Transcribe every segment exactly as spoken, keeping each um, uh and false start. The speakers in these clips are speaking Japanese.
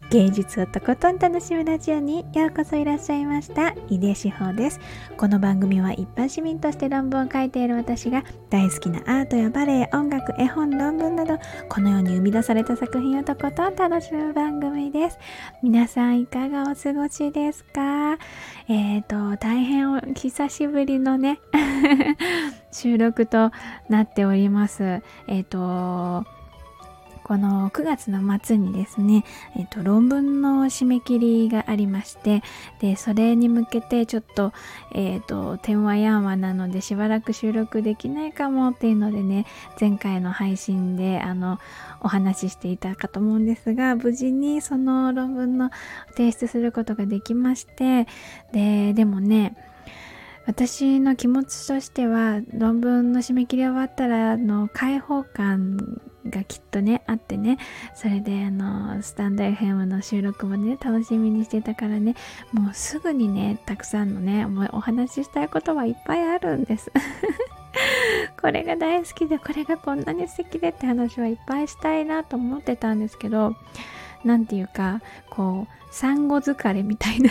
芸術をとことん楽しむラジオにようこそいらっしゃいました。井出志保です。この番組は一般市民として論文を書いている私が大好きなアートやバレエ、音楽、絵本、論文などこのように生み出された作品をとことん楽しむ番組です。皆さんいかがお過ごしですか？えーと大変お久しぶりのね収録となっております。えーとこのくがつの末にですね、えっと、論文の締め切りがありまして、で、それに向けてちょっと、えっと、てんわやんわなのでしばらく収録できないかもっていうのでね、前回の配信で、あの、お話ししていたかと思うんですが、無事にその論文の提出することができまして、で、でもね、私の気持ちとしては論文の締め切り終わったらの解放感がきっとねあってね、それであのスタンド エフエム の収録もね楽しみにしてたからね、もうすぐにねたくさんのねお話ししたいことはいっぱいあるんですこれが大好きで、これがこんなに素敵でって話はいっぱいしたいなと思ってたんですけど、なんていうかこう産後疲れみたいなも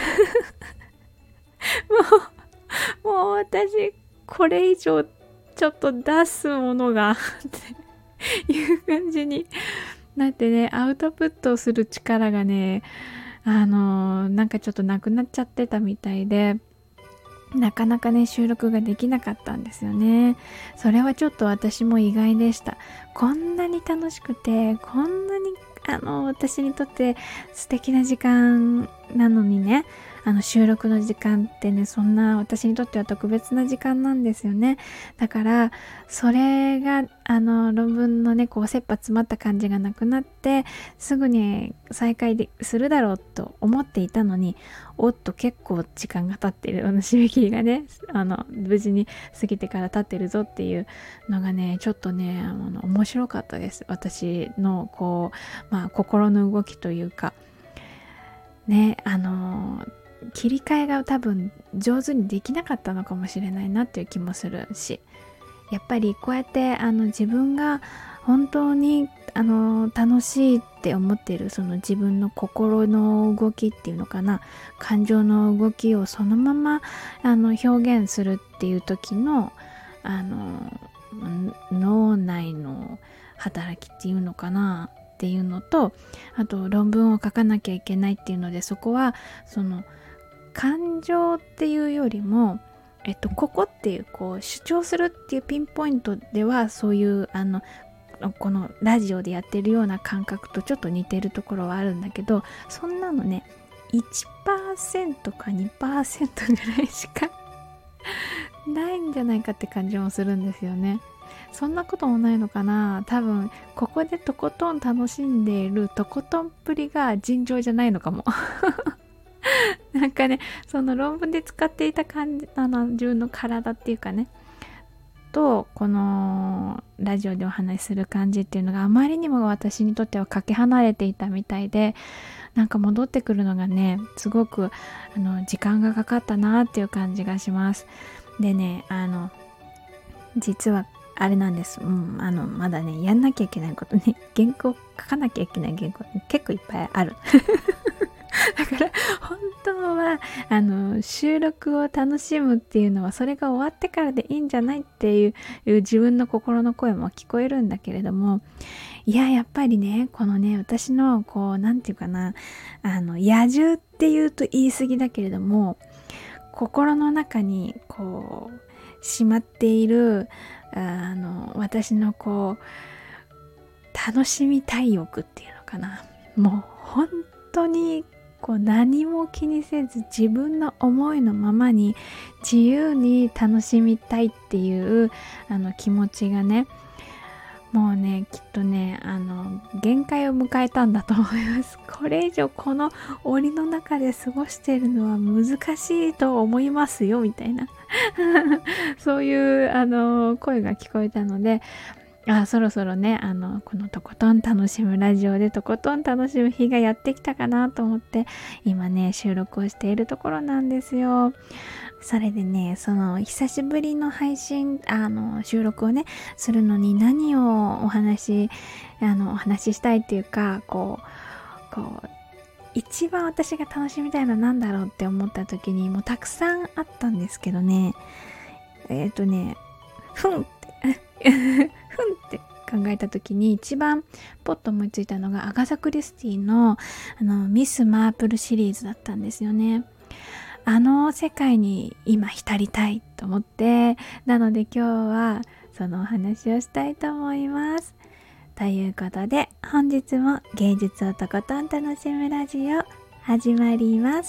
うもう私これ以上ちょっと出すものがっていう感じになってね、アウトプットをする力がねあのー、なんかちょっとなくなっちゃってたみたいで、なかなかね収録ができなかったんですよね。それはちょっと私も意外でした。こんなに楽しくて、こんなにあの私にとって素敵な時間なのにね、あの収録の時間ってね、そんな私にとっては特別な時間なんですよね。だからそれがあの論文のねこう切羽詰まった感じがなくなって、すぐに再開するだろうと思っていたのに、おっと結構時間が経ってる、あの締め切りがねあの無事に過ぎてから経ってるぞっていうのがねちょっとねあの面白かったです。私のこうまあ心の動きというかね、あの切り替えが多分上手にできなかったのかもしれないなっていう気もするし、やっぱりこうやってあの自分が本当にあの楽しいって思っているその自分の心の動きっていうのかな、感情の動きをそのままあの表現するっていう時のあの脳内の働きっていうのかなっていうのと、あと論文を書かなきゃいけないっていうので、そこはその感情っていうよりもえっとここっていうこう主張するっていうピンポイントでは、そういうあのこのラジオでやってるような感覚とちょっと似てるところはあるんだけど、そんなのね いちパーセント か にパーセント ぐらいしかないんじゃないかって感じもするんですよね。そんなこともないのかな。多分ここでとことん楽しんでいるとことんっぷりが尋常じゃないのかもなんかね、その論文で使っていた感じ、あの自分の体っていうかねとこのラジオでお話しする感じっていうのがあまりにも私にとってはかけ離れていたみたいで、なんか戻ってくるのがねすごくあの時間がかかったなっていう感じがします。でね、あの実はあれなんです、うん、あのまだねやんなきゃいけないことね、原稿書かなきゃいけない原稿結構いっぱいあるだから本当はあの収録を楽しむっていうのはそれが終わってからでいいんじゃないっていう自分の心の声も聞こえるんだけれども、いややっぱりねこのね私のこうなんていうかな、あの野獣っていうと言い過ぎだけれども、心の中にこうしまっているあの私のこう楽しみたい欲っていうのかな、もう本当にこう何も気にせず自分の思いのままに自由に楽しみたいっていうあの気持ちがね、もうねきっとねあの限界を迎えたんだと思います。これ以上この檻の中で過ごしているのは難しいと思いますよみたいなそういうあの声が聞こえたので、あそろそろねあのこのとことん楽しむラジオでとことん楽しむ日がやってきたかなと思って今ね収録をしているところなんですよ。それでねその久しぶりの配信あの収録をねするのに何をお話あのお話ししたいっていうかこうこう一番私が楽しみたいのは何だろうって思った時にもうたくさんあったんですけどね、えっ、ー、とねふんってふんって考えた時に一番ポッと思いついたのがアガサ・クリスティのあのミス・マープルシリーズだったんですよね。あの世界に今浸りたいと思って、なので今日はそのお話をしたいと思います。ということで本日も芸術をとことん楽しむラジオ始まります。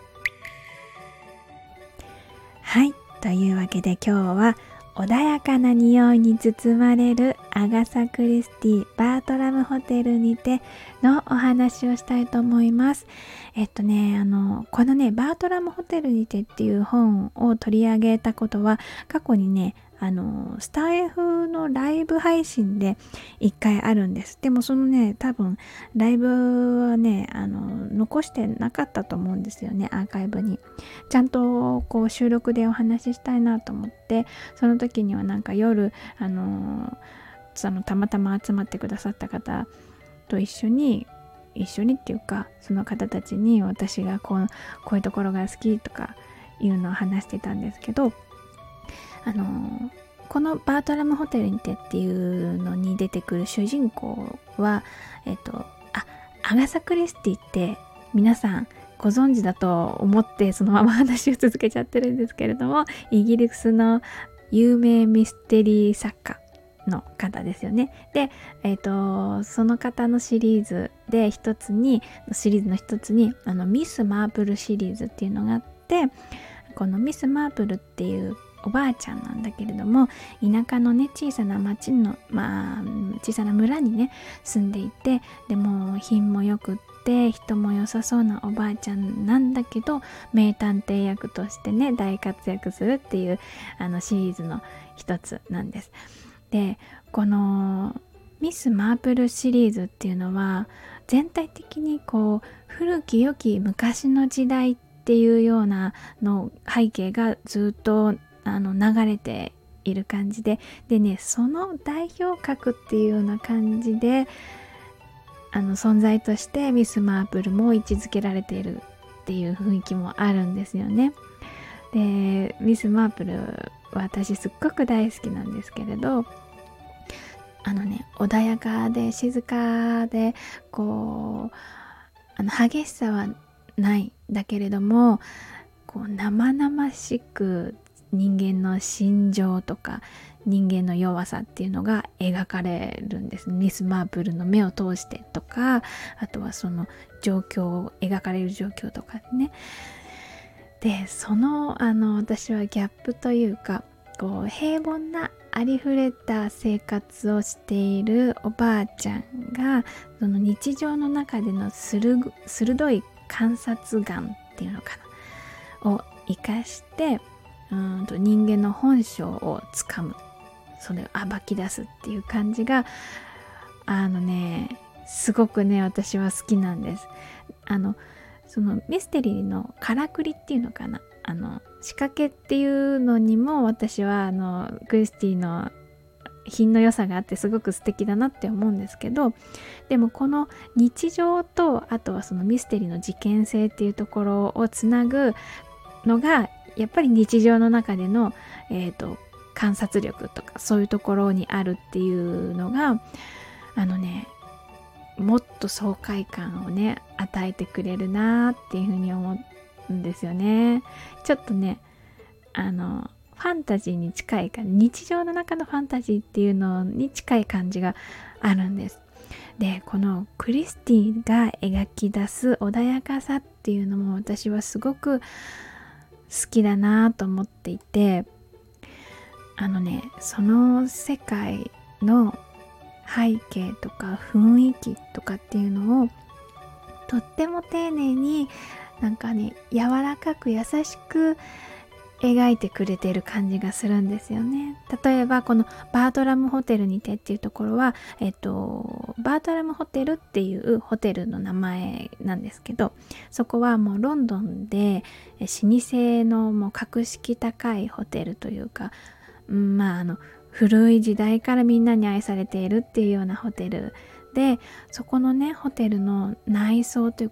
はい、というわけで今日は穏やかな匂いに包まれるアガサ・クリスティバートラムホテルにてのお話をしたいと思います。えっとね、あの、このね、バートラムホテルにてっていう本を取り上げたことは過去にね、あの、スタイフのライブ配信で一回あるんです。でもそのね、多分ライブはね、あの、残してなかったと思うんですよね、アーカイブに。ちゃんとこう収録でお話ししたいなと思って、その時にはなんか夜、あの、そのたまたま集まってくださった方と一緒に、一緒にっていうか、その方たちに私がこう、こういうところが好きとかいうのを話してたんですけど、あのこのバートラムホテルにてっていうのに出てくる主人公は、えっと、あ、アガサ・クリスティって皆さんご存知だと思ってそのまま話を続けちゃってるんですけれども、イギリスの有名ミステリー作家の方ですよね。で、えっと、その方のシリーズで一つに、シリーズの一つに、あの、ミス・マープルシリーズっていうのがあって、このミス・マープルっていうおばあちゃんなんだけれども、田舎のね小さな町のまあ小さな村にね住んでいて、でも品もよくって人も良さそうなおばあちゃんなんだけど、名探偵役としてね大活躍するっていうあのシリーズの一つなんです。で、このミス・マープルシリーズっていうのは全体的にこう古き良き昔の時代っていうようなの背景がずっとあの流れている感じで、でね、その代表格っていうような感じであの存在としてミス・マープルも位置づけられているっていう雰囲気もあるんですよね。で、ミス・マープルは私すっごく大好きなんですけれど、あのね、穏やかで静かでこうあの激しさはないだけれども、こう生々しく人間の心情とか人間の弱さっていうのが描かれるんです。ミス・マープルの目を通してとか、あとはその状況を描かれる状況とかね。で、そのあの私はギャップというか、こう平凡なありふれた生活をしているおばあちゃんが、その日常の中での鋭い観察眼っていうのかなを生かして、うんと人間の本性をつかむ、それを暴き出すっていう感じがあのねすごくね私は好きなんです。あのそのミステリーのからくりっていうのかな、あの仕掛けっていうのにも私はあのクリスティの品の良さがあってすごく素敵だなって思うんですけど、でもこの日常とあとはそのミステリーの事件性っていうところをつなぐのがやっぱり日常の中での、えーと、観察力とかそういうところにあるっていうのがあのねもっと爽快感をね与えてくれるなっていうふうに思うんですよね。ちょっとねあのファンタジーに近いか日常の中のファンタジーっていうのに近い感じがあるんです。で、このクリスティが描き出す穏やかさっていうのも私はすごく好きだなと思っていて、あのねその世界の背景とか雰囲気とかっていうのをとっても丁寧になんかね柔らかく優しく描いてくれている感じがするんですよね。例えばこのバートラムホテルにてっていうところは、えっと、バートラムホテルっていうホテルの名前なんですけど、そこはもうロンドンで老舗のもう格式高いホテルというか、うん、まああの古い時代からみんなに愛されているっていうようなホテルで、そこのねホテルの内装というか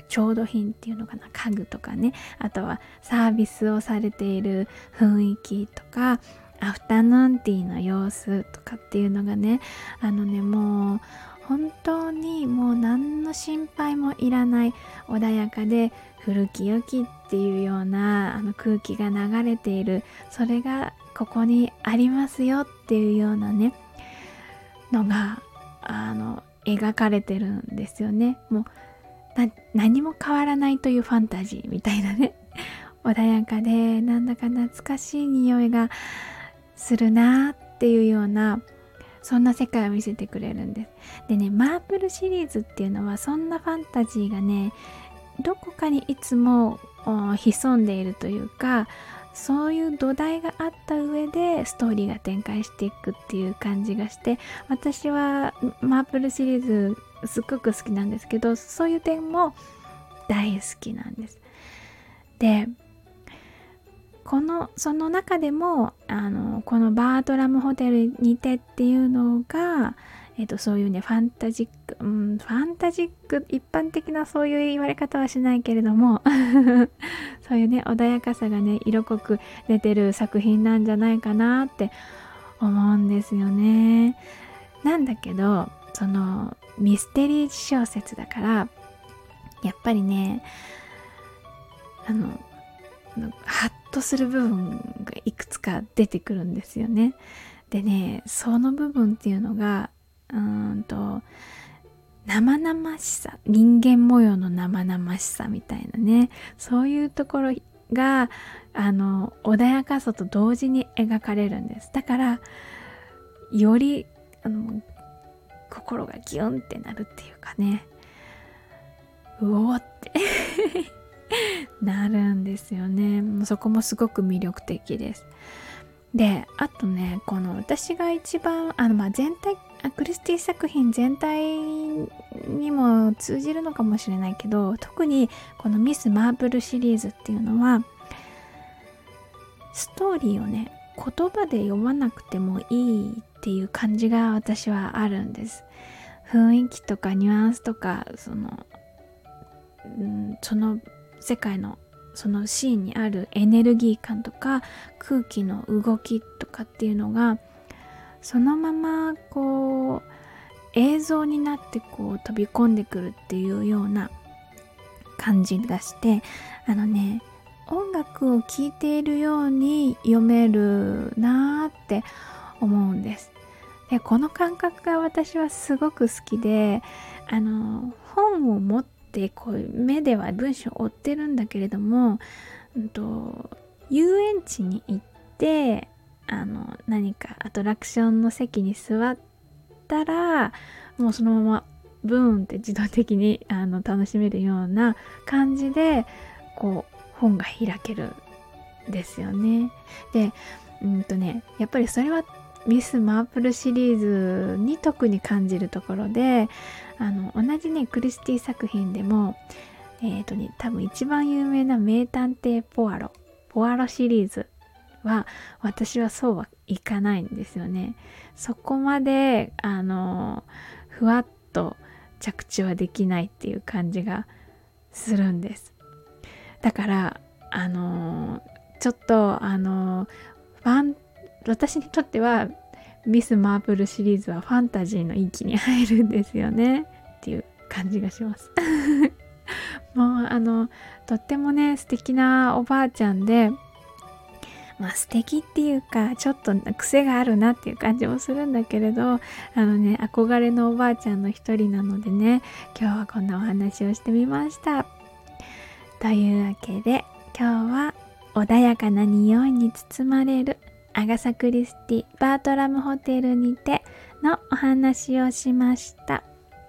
調度品っていうのかな、家具とかね、あとはサービスをされている雰囲気とか、アフタヌーンティーの様子とかっていうのがね、あのねもう本当にもう何の心配もいらない穏やかで古き良きっていうようなあの空気が流れている、それがここにありますよっていうようなねのがあの描かれてるんですよね。もうな何も変わらないというファンタジーみたいなね穏やかでなんだか懐かしい匂いがするなっていうような、そんな世界を見せてくれるんです。でね、マープルシリーズっていうのはそんなファンタジーがねどこかにいつも潜んでいるというか、そういう土台があった上でストーリーが展開していくっていう感じがして、私はマープルシリーズすっごく好きなんですけど、そういう点も大好きなんです。でこのその中でもあのこのバートラムホテルにてっていうのが、えっと、そういうねファンタジック、うん、ファンタジック一般的なそういう言われ方はしないけれどもそういうね穏やかさがね色濃く出てる作品なんじゃないかなって思うんですよね。なんだけどそのミステリー小説だからやっぱりねあのハッとする部分がいくつか出てくるんですよね。でねその部分っていうのがうーんと生々しさ、人間模様の生々しさみたいなね、そういうところがあの穏やかさと同時に描かれるんです。だからよりあの心がギュンってなるっていうかね、うおーってなるんですよね。もうそこもすごく魅力的です。であとねこの私が一番あのまあ全体クリスティ作品全体にも通じるのかもしれないけど、特にこのミス・マープルシリーズっていうのはストーリーをね言葉で読まなくてもいいっていう感じが私はあるんです。雰囲気とかニュアンスとかその、うん、その世界のそのシーンにあるエネルギー感とか空気の動きとかっていうのがそのままこう映像になってこう飛び込んでくるっていうような感じがして、あのね音楽を聴いているように読めるなーって思うんです。でこの感覚が私はすごく好きで、あの本を持ってこう目では文章を追ってるんだけれども、うんと、遊園地に行ってあの何かアトラクションの席に座ったらもうそのままブーンって自動的にあの楽しめるような感じでこう本が開けるんですよね。でうんとねやっぱりそれはミス・マープルシリーズに特に感じるところで、あの同じねクリスティ作品でもえっとね多分一番有名な名探偵ポアロポアロシリーズは私はそうはいかないんですよね。そこまであのふわっと着地はできないっていう感じがするんです。だからあのちょっとあのファン私にとってはミス・マープルシリーズはファンタジーの域に入るんですよねっていう感じがしますもうあのとってもね素敵なおばあちゃんで、まあ素敵っていうかちょっと癖があるなっていう感じもするんだけれど、あのね憧れのおばあちゃんの一人なのでね今日はこんなお話をしてみました。というわけで今日は穏やかな匂いに包まれるアガサ・クリスティバートラムホテルにてのお話をしました。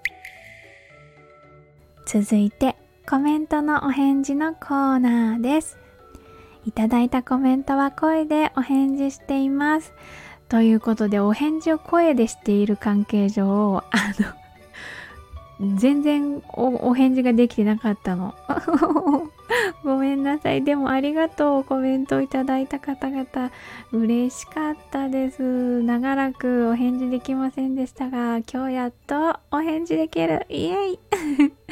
続いてコメントのお返事のコーナーです。いただいたコメントは声でお返事しています。ということでお返事を声でしている関係上あの全然 お, お返事ができてなかったのごめんなさい。でもありがとう。コメントをいただいた方々嬉しかったです。長らくお返事できませんでしたが今日やっとお返事できるイエイと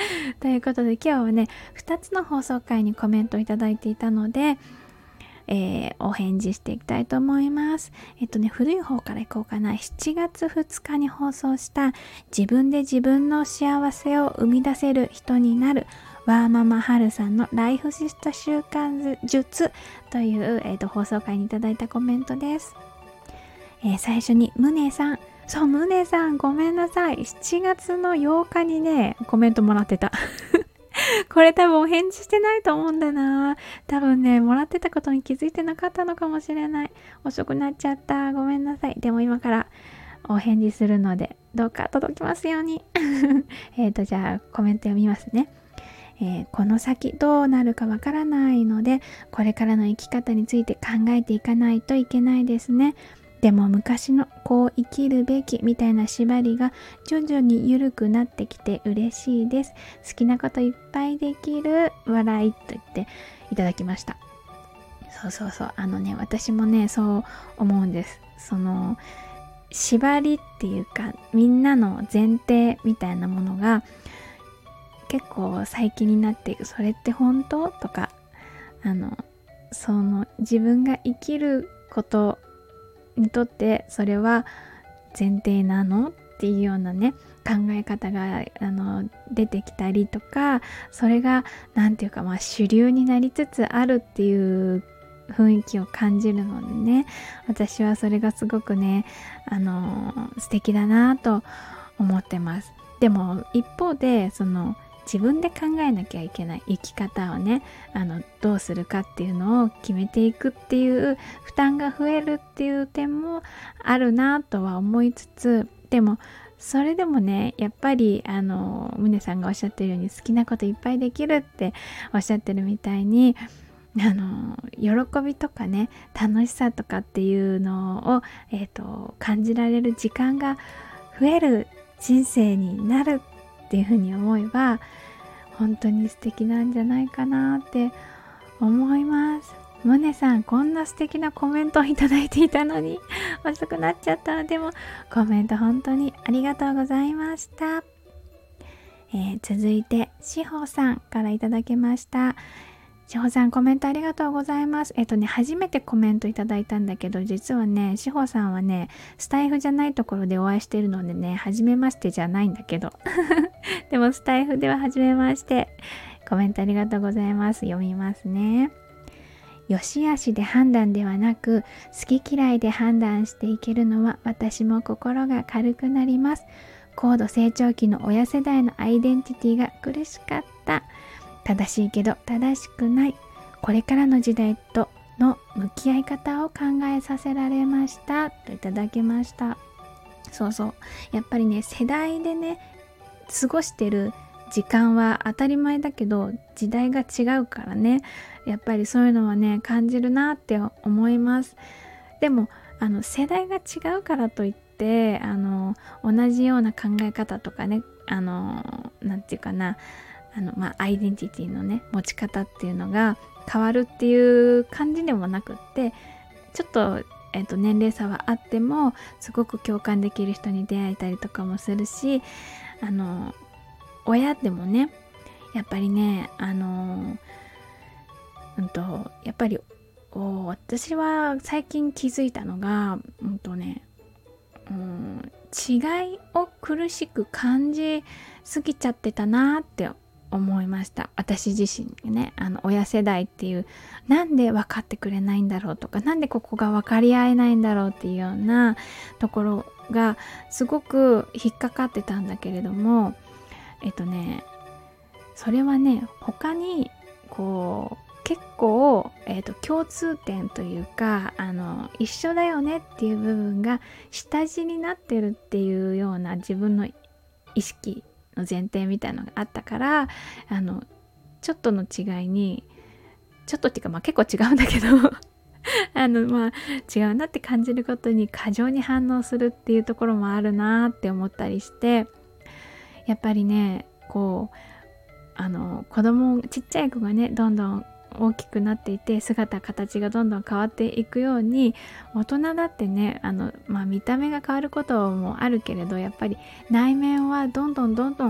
ということで今日はねふたつの放送回にコメントいただいていたので、えー、お返事していきたいと思います。えっとね古い方からいこうかな。しちがつふつかに放送した自分で自分の幸せを生み出せる人になるワーママハルさんのライフシスト習慣術という、えー、と放送回にいただいたコメントです。えー、最初にムネさん、そうムネさんごめんなさい、しちがつのようかにねコメントもらってたこれ多分お返事してないと思うんだな。多分ねもらってたことに気づいてなかったのかもしれない。遅くなっちゃった、ごめんなさい。でも今からお返事するのでどうか届きますようにえっとじゃあコメント読みますね。えー、この先どうなるかわからないのでこれからの生き方について考えていかないといけないですね。でも昔のこう生きるべきみたいな縛りが徐々に緩くなってきて嬉しいです。好きなこといっぱいできる笑いと言っていただきました。そうそうそう、あのね私もねそう思うんです。その縛りっていうかみんなの前提みたいなものが結構最近になっていく。それって本当とか、あのその自分が生きることにとってそれは前提なのっていうようなね考え方があの出てきたりとか、それがなんていうかまあ主流になりつつあるっていう雰囲気を感じるのでね、私はそれがすごくねあの素敵だなと思ってます。でも一方でその自分で考えなきゃいけない生き方をねあのどうするかっていうのを決めていくっていう負担が増えるっていう点もあるなとは思いつつ、でもそれでもねやっぱりあの宗さんがおっしゃってるように好きなこといっぱいできるっておっしゃってるみたいにあの喜びとかね楽しさとかっていうのを、えーと、感じられる時間が増える人生になるっていうふうに思えば本当に素敵なんじゃないかなって思います。モネさんこんな素敵なコメントをいただいていたのに遅くなっちゃった。でもコメント本当にありがとうございました。えー、続いてしほさんからいただきました。しほさんコメントありがとうございます。えっとね初めてコメントいただいたんだけど、実はねしほさんはねスタイフじゃないところでお会いしてるのでね初めましてじゃないんだけどでもスタイフでは初めまして。コメントありがとうございます。読みますね。よしあしで判断ではなく好き嫌いで判断していけるのは私も心が軽くなります。高度成長期の親世代のアイデンティティが苦しかった。正しいけど正しくない。これからの時代との向き合い方を考えさせられましたといただきました。そうそう、やっぱりね世代でね過ごしてる時間は当たり前だけど時代が違うからねやっぱりそういうのはね感じるなって思います。でもあの世代が違うからといってあの同じような考え方とかねあのなんていうかなあの、まあ、アイデンティティのね持ち方っていうのが変わるっていう感じでもなくってちょっと、えーと、年齢差はあってもすごく共感できる人に出会えたりとかもするし、あの親でもねやっぱりねあのうんとやっぱり私は最近気づいたのがうんとねうん違いを苦しく感じすぎちゃってたなって思いました。私自身ねあの親世代っていうなんで分かってくれないんだろうとかなんでここが分かり合えないんだろうっていうようなところがすごく引っかかってたんだけれどもえっとねそれはね他にこう結構、えっと、共通点というかあの一緒だよねっていう部分が下地になってるっていうような自分の意識の前提みたいなのがあったからあのちょっとの違いにちょっとっていうかまあ結構違うんだけどあのまあ違うなって感じることに過剰に反応するっていうところもあるなって思ったりしてやっぱりねこうあの子供ちっちゃい子がねどんどん大きくなっていて姿形がどんどん変わっていくように大人だってねあの、まあ、見た目が変わることもあるけれどやっぱり内面はどんどんどんどん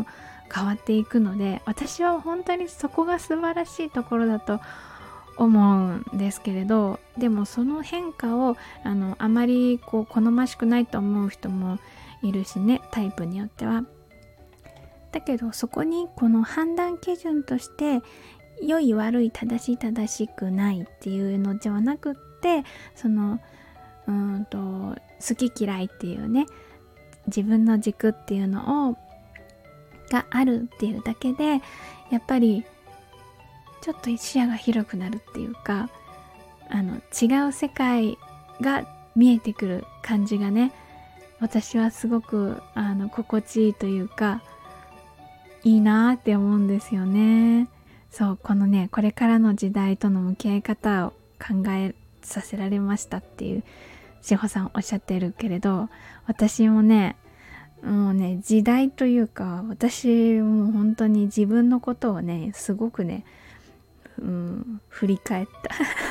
変わっていくので、私は本当にそこが素晴らしいところだと思うんですけれど、でもその変化をあのあまりこう好ましくないと思う人もいるしね、タイプによっては。だけどそこにこの判断基準として良い悪い正しい正しくないっていうのではなくって、そのうーんと好き嫌いっていうね、自分の軸っていうのをがあるっていうだけで、やっぱりちょっと視野が広くなるっていうか、あの違う世界が見えてくる感じがね、私はすごくあの心地いいというか、いいなって思うんですよね。そう、このね、これからの時代との向き合い方を考えさせられましたっていう志保さんおっしゃってるけれど、私もね、もうね、時代というか、私も本当に自分のことをね、すごくね、うん、振り返った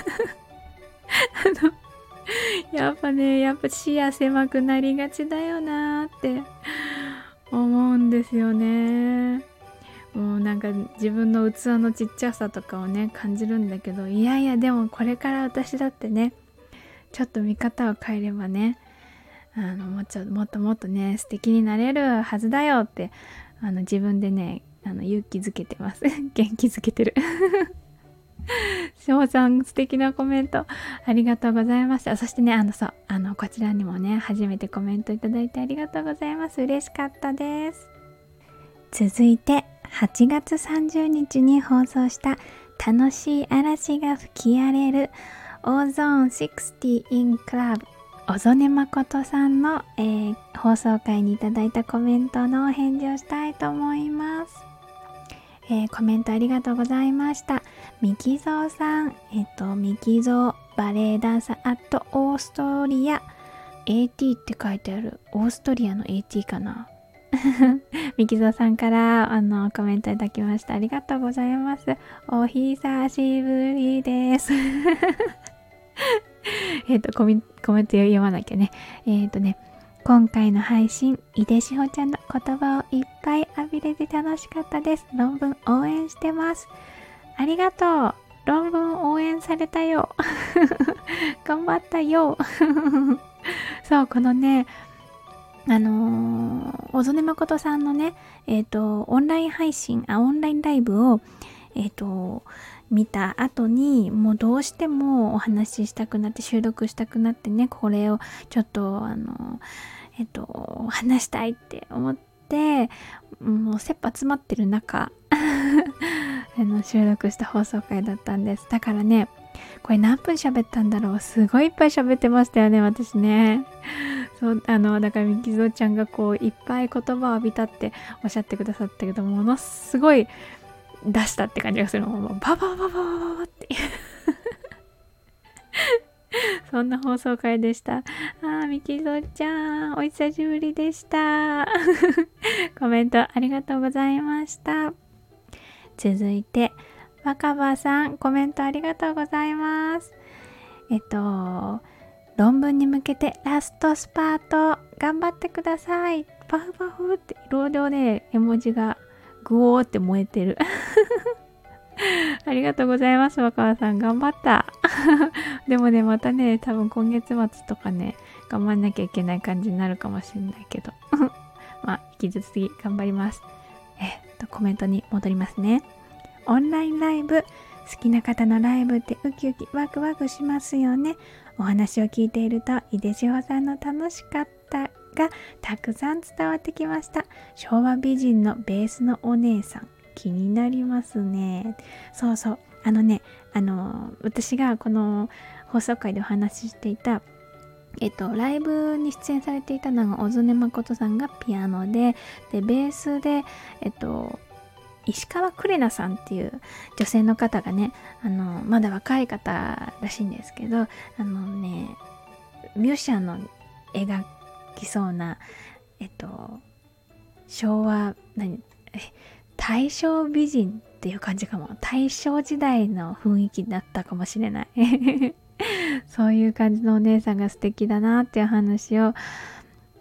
あのやっぱね、やっぱ視野狭くなりがちだよなーって思うんですよね。もうなんか自分の器のちっちゃさとかをね感じるんだけど、いやいやでもこれから私だってね、ちょっと見方を変えればね、あのもうちょもっともっとね素敵になれるはずだよって、あの自分でねあの勇気づけてます元気づけてるしほさん、素敵なコメントありがとうございました。そしてね、あのそうあのこちらにもね初めてコメントいただいてありがとうございます。嬉しかったです。続いてはちがつさんじゅうにちに放送した楽しい嵐が吹き荒れるオーゾーンろくじゅう in Club 小曽根誠さんの、えー、放送回にいただいたコメントのお返事をしたいと思います。えー、コメントありがとうございました。みきぞうさん、えっ、ー、とみきぞうバレエダンサーアットオーストリア エーティー って書いてある、オーストリアの エーティー かなみきぞうさんからあのコメントいただきました。ありがとうございます。お久しぶりですえっとコメント読まなきゃね。えっ、ー、とね今回の配信、井出志保ちゃんの言葉をいっぱい浴びれて楽しかったです。論文応援してます。ありがとう。論文応援されたよ頑張ったよそう、このねあのー、小曽根誠さんのね、えっと、オンライン配信、あ、オンラインライブを、えっと、見た後に、もうどうしてもお話ししたくなって、収録したくなってね、これをちょっと、あの、えっと、話したいって思って、もう切羽詰まってる中、あの収録した放送回だったんです。だからね、これ何分喋ったんだろう。すごいいっぱい喋ってましたよね、私ね。そう、あの、だからみきぞうちゃんがこう、いっぱい言葉を浴びたっておっしゃってくださったけど、ものすごい出したって感じがするの。もうバババババババってそんな放送回でした。あー、みきぞうちゃん、お久しぶりでしたコメントありがとうございました。続いて若葉さん、コメントありがとうございます。えっと論文に向けてラストスパート頑張ってください。パフパフっていろいろね絵文字がグオーって燃えてるありがとうございます。若葉さん頑張ったでもねまたね多分今月末とかね頑張んなきゃいけない感じになるかもしれないけどまあ引き続き頑張ります。えっとコメントに戻りますね。オンラインライブ、好きな方のライブってウキウキワクワクしますよね。お話を聞いていると井出志保さんの楽しかったがたくさん伝わってきました。昭和美人のベースのお姉さん気になりますね。そうそう、あのねあの私がこの放送回でお話ししていたえっと、ライブに出演されていたのが小曽根誠さんがピアノで、でベースで、えっと、石川クレナさんっていう女性の方がね、あのまだ若い方らしいんですけど、あのねミュージシャンの描きそうな、えっと昭和何え大正美人っていう感じかも。大正時代の雰囲気だったかもしれないそういう感じのお姉さんが素敵だなっていう話を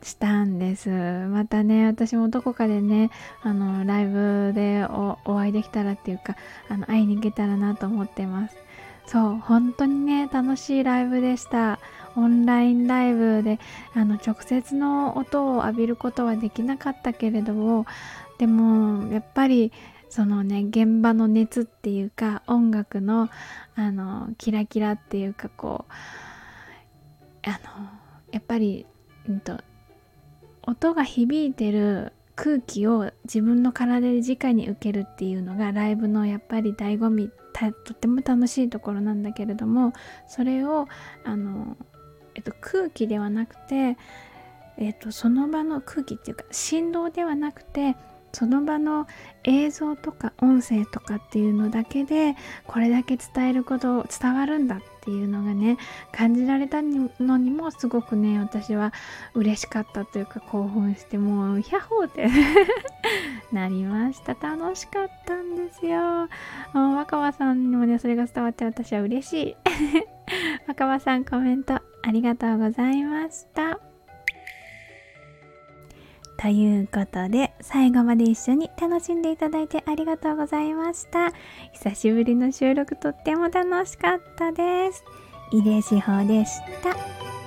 したんです。またね、私もどこかでね、あのライブで お, お会いできたらっていうか、あの会いに行けたらなと思ってます。そう、本当にね、楽しいライブでした。オンラインライブであの直接の音を浴びることはできなかったけれども、でもやっぱりそのね、現場の熱っていうか、音楽のあのキラキラっていうか、こうあのやっぱり、うんと音が響いてる空気を自分の体で直に受けるっていうのがライブのやっぱり醍醐味、たとっても楽しいところなんだけれども、それをあの、えっと、空気ではなくて、えっと、その場の空気っていうか振動ではなくて、その場の映像とか音声とかっていうのだけでこれだけ伝えること伝わるんだっていうのがね、感じられたのにもすごくね、私は嬉しかったというか、興奮してもうヒャッホーってなりました。楽しかったんですよ。若葉さんにもねそれが伝わって私は嬉しい若葉さん、コメントありがとうございました。ということで、最後まで一緒に楽しんでいただいてありがとうございました。久しぶりの収録、とっても楽しかったです。井出志保でした。